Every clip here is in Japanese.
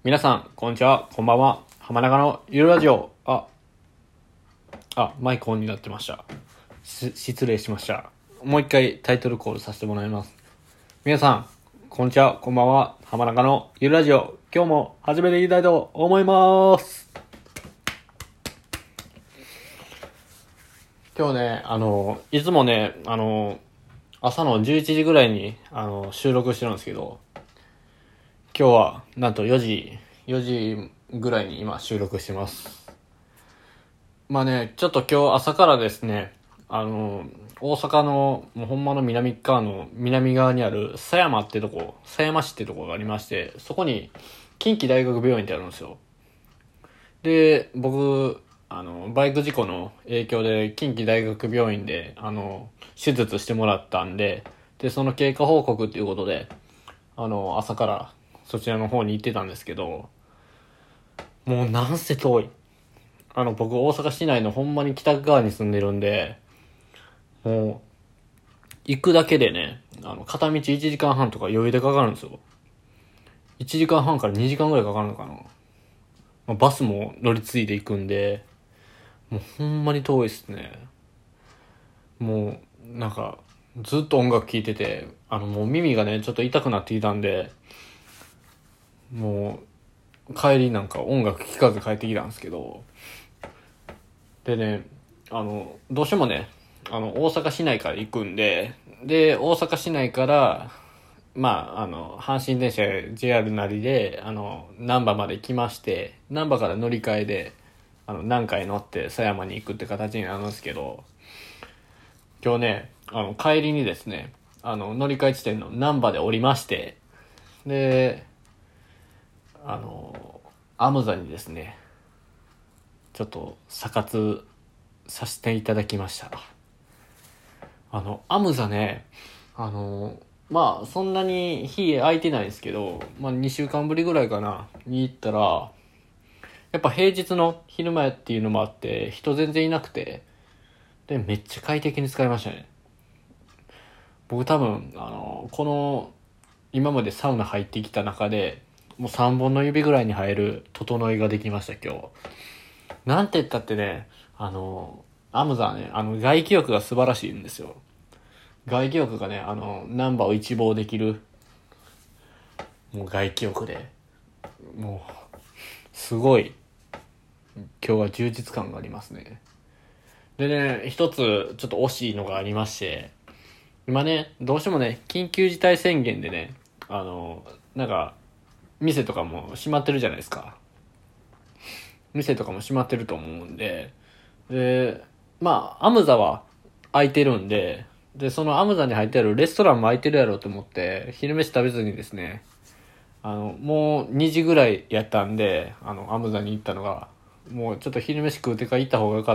皆さん、こんにちは、こんばんは。浜中のゆるラジオ。マイクオンになってました。失礼しました。もう一回タイトルコールさせてもらいます。皆さん、こんにちは、こんばんは。浜中のゆるラジオ。今日も始めていきたいと思います。今日ね、いつもね、朝の11時ぐらいに、収録してるんですけど、今日は、なんと4時ぐらいに今収録してます。まあね、ちょっと今日朝からですね、大阪の、もうほんまの南側にある狭山市ってとこがありまして、そこに近畿大学病院ってあるんですよ。で、僕、バイク事故の影響で近畿大学病院で、手術してもらったんで、その経過報告っていうことで、朝からそちらの方に行ってたんですけど、もうなんせ遠い。僕大阪市内のほんまに北側に住んでるんで、もう、行くだけでね、片道1時間半とか余裕でかかるんですよ。1時間半から2時間ぐらいかかるのかな。バスも乗り継いで行くんで、もうほんまに遠いっすね。もう、なんか、ずっと音楽聴いてて、もう耳がね、ちょっと痛くなってきたんで、もう、帰りなんか音楽聴かず帰ってきたんですけど、でね、どうしてもね、大阪市内から行くんで、大阪市内から、阪神電車 JR なりで、難波まで来まして、難波から乗り換えで、何回乗って狭山に行くって形になるんですけど、今日ね、帰りにですね、乗り換え地点の難波で降りまして、で、アムザにですね、ちょっと査活させていただきました。アムザね、そんなに日空いてないんですけど、2週間ぶりぐらいかな、に行ったら、やっぱ平日の昼前っていうのもあって、人全然いなくて、で、めっちゃ快適に使いましたね。僕多分、今までサウナ入ってきた中で、もう3本の指ぐらいに入る整いができました、今日。なんて言ったってね、アムザはね、外気浴が素晴らしいんですよ。外気浴がね、難波を一望できる、もう外気浴で、もう、すごい、今日は充実感がありますね。でね、一つ、ちょっと惜しいのがありまして、今ね、どうしてもね、緊急事態宣言でね、なんか、店とかも閉まってるじゃないですか。店とかも閉まってると思うんで、アムザは空いてるんで、そのアムザに入ってあるレストランも空いてるやろうと思って、昼飯食べずにですね、もう2時ぐらいやったんで、アムザに行ったのが、もうちょっと昼飯食うてから行った方がよか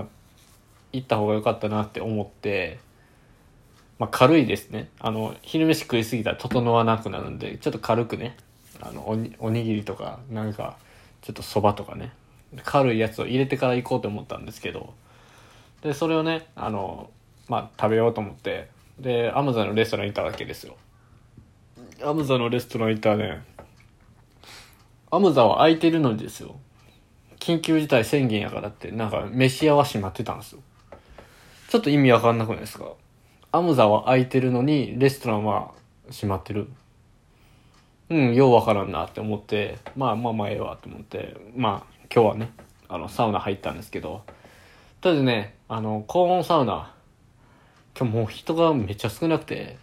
ったなって思って、軽いですね。昼飯食いすぎたら整わなくなるんで、ちょっと軽くね、おにぎりとか、なんか、ちょっと蕎麦とかね、軽いやつを入れてから行こうと思ったんですけど、それをね、食べようと思って、アムザのレストラン行ったわけですよ。アムザのレストラン行ったらね、アムザは空いてるのにですよ。緊急事態宣言やからって、なんか、飯屋は閉まってたんですよ。ちょっと意味わかんなくないですか？アムザは空いてるのに、レストランは閉まってる。ようわからんなって思って、ええわって思って、今日はね、サウナ入ったんですけど、とりあえずね、高温サウナ、今日もう人がめっちゃ少なくて、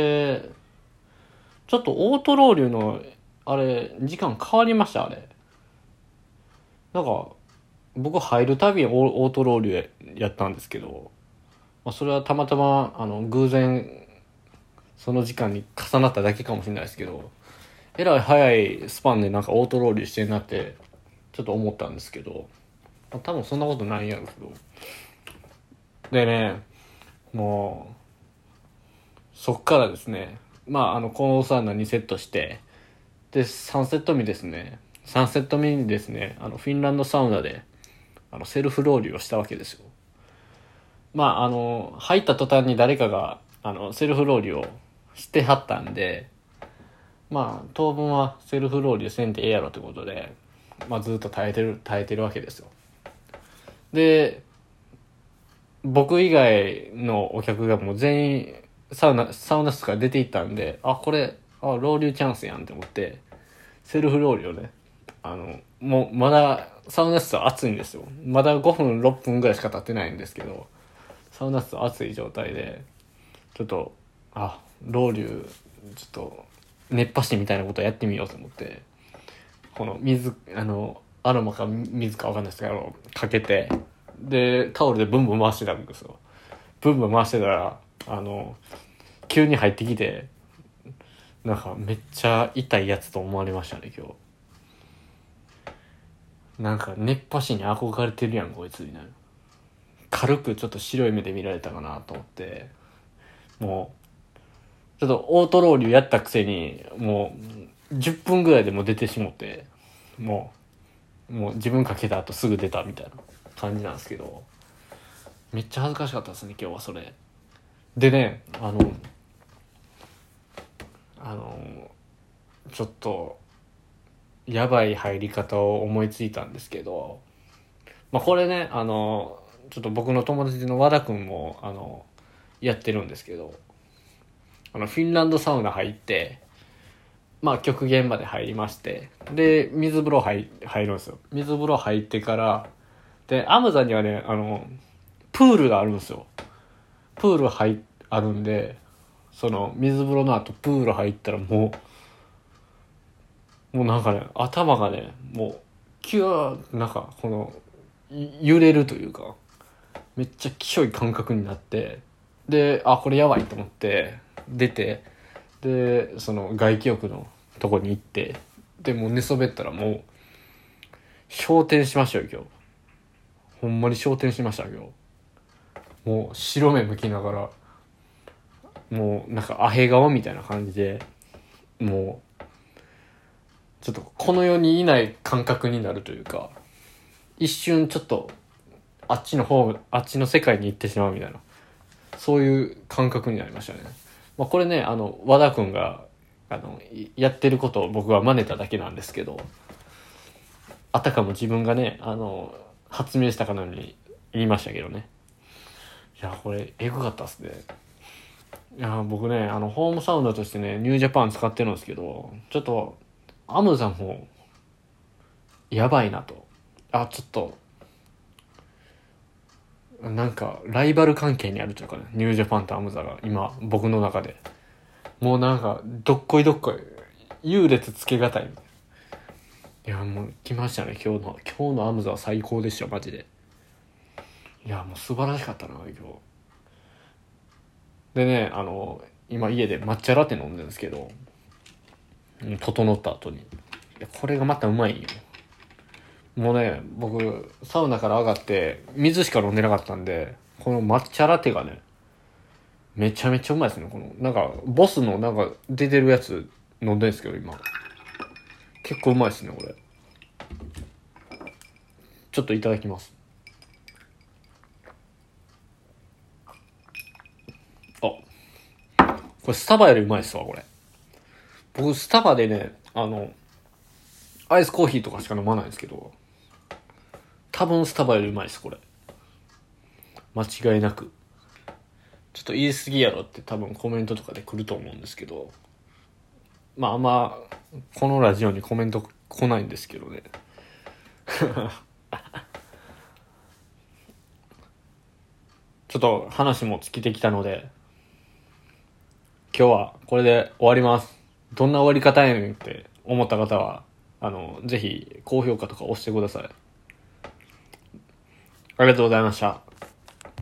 ちょっとオートロウリュの、あれ、時間変わりました、あれ。なんか、僕入るたびにオートロウリュやったんですけど、それはたまたま、偶然、その時間に重なっただけかもしれないですけど、えらい早いスパンでなんかオートロウリュしてんなって、ちょっと思ったんですけど、多分そんなことないんやろうけど。でね、もう、そっからですね、高温サウナ2セットして、3セット目ですね。3セット目にですね、フィンランドサウナで、セルフロウリュをしたわけですよ。入った途端に誰かが、セルフロウリュをしてはったんで、 まあ当分はセルフロウリュせんでええやろってことで、まあずっと耐えてるわけですよ。で、僕以外のお客がもう全員サウナ室から出て行ったんで、これ、ロウリュチャンスやんって思って、セルフロウリュをね、もうまだサウナ室は暑いんですよ。まだ5分、6分ぐらいしか経ってないんですけど、サウナ室は暑い状態で、ちょっと、ロウリュ、ちょっと、熱波師みたいなことやってみようと思って、この水、アロマか水かわかんないですけど、かけて、で、タオルでブンブン回してたんですよ。ブンブン回してたら、急に入ってきて、なんかめっちゃ痛いやつと思われましたね、今日。なんか熱波師に憧れてるやん、こいつみたいな。軽くちょっと白い目で見られたかなと思って、もう、ちょっとオートロウリュやったくせに、もう、10分ぐらいでもう出てしもって、もう自分かけた後すぐ出たみたいな感じなんですけど、めっちゃ恥ずかしかったですね、今日はそれ。でね、ちょっと、やばい入り方を思いついたんですけど、これね、ちょっと僕の友達の和田くんも、やってるんですけど、フィンランドサウナ入って、極限まで入りまして、で、水風呂入るんですよ。水風呂入ってから、で、アムザにはね、プールがあるんですよ。プールあるんで、その、水風呂の後プール入ったらもうなんかね、頭がね、もう、キュー、なんか、この、揺れるというか、めっちゃきしょい感覚になって、で、これやばいと思って、出て、で、その外気浴のとこに行って、で、もう寝そべったらもう、昇天しましたよ、今日。ほんまに昇天しました、今日。もう、白目向きながら、もう、なんか、アヘ顔みたいな感じで、もう、ちょっと、この世にいない感覚になるというか、一瞬ちょっと、あっちの世界に行ってしまうみたいな、そういう感覚になりましたね。これね、和田くんが、やってることを僕は真似ただけなんですけど、あたかも自分がね、発明したかのように言いましたけどね。いや、これ、エグかったっすね。いや、僕ね、ホームサウナとしてね、ニュージャパン使ってるんですけど、ちょっと、アムザも、やばいなと。ちょっと、なんか、ライバル関係にあるというかね、ニュージャパンとアムザが、今、僕の中で。もうなんか、どっこい、優劣つけがたい。いや、もう来ましたね、今日のアムザは最高でした、マジで。いや、もう素晴らしかったな、今日。でね、今家で抹茶ラテ飲んでるんですけど、整った後に。いや、これがまたうまいよ。もうね、僕、サウナから上がって、水しか飲んでなかったんで、この抹茶ラテがね、めちゃめちゃうまいですね。この、なんか、ボスのなんか出てるやつ飲んでるんですけど、今。結構うまいですね、これ。ちょっといただきます。これスタバよりうまいっすわ、これ。僕、スタバでね、アイスコーヒーとかしか飲まないんですけど、多分スタバよりうまいです、これ。間違いなく。ちょっと言い過ぎやろって多分コメントとかで来ると思うんですけど、あんま、このラジオにコメント来ないんですけどね。ちょっと話も尽きてきたので、今日はこれで終わります。どんな終わり方やねんって思った方は、ぜひ高評価とか押してください。ありがとうございました。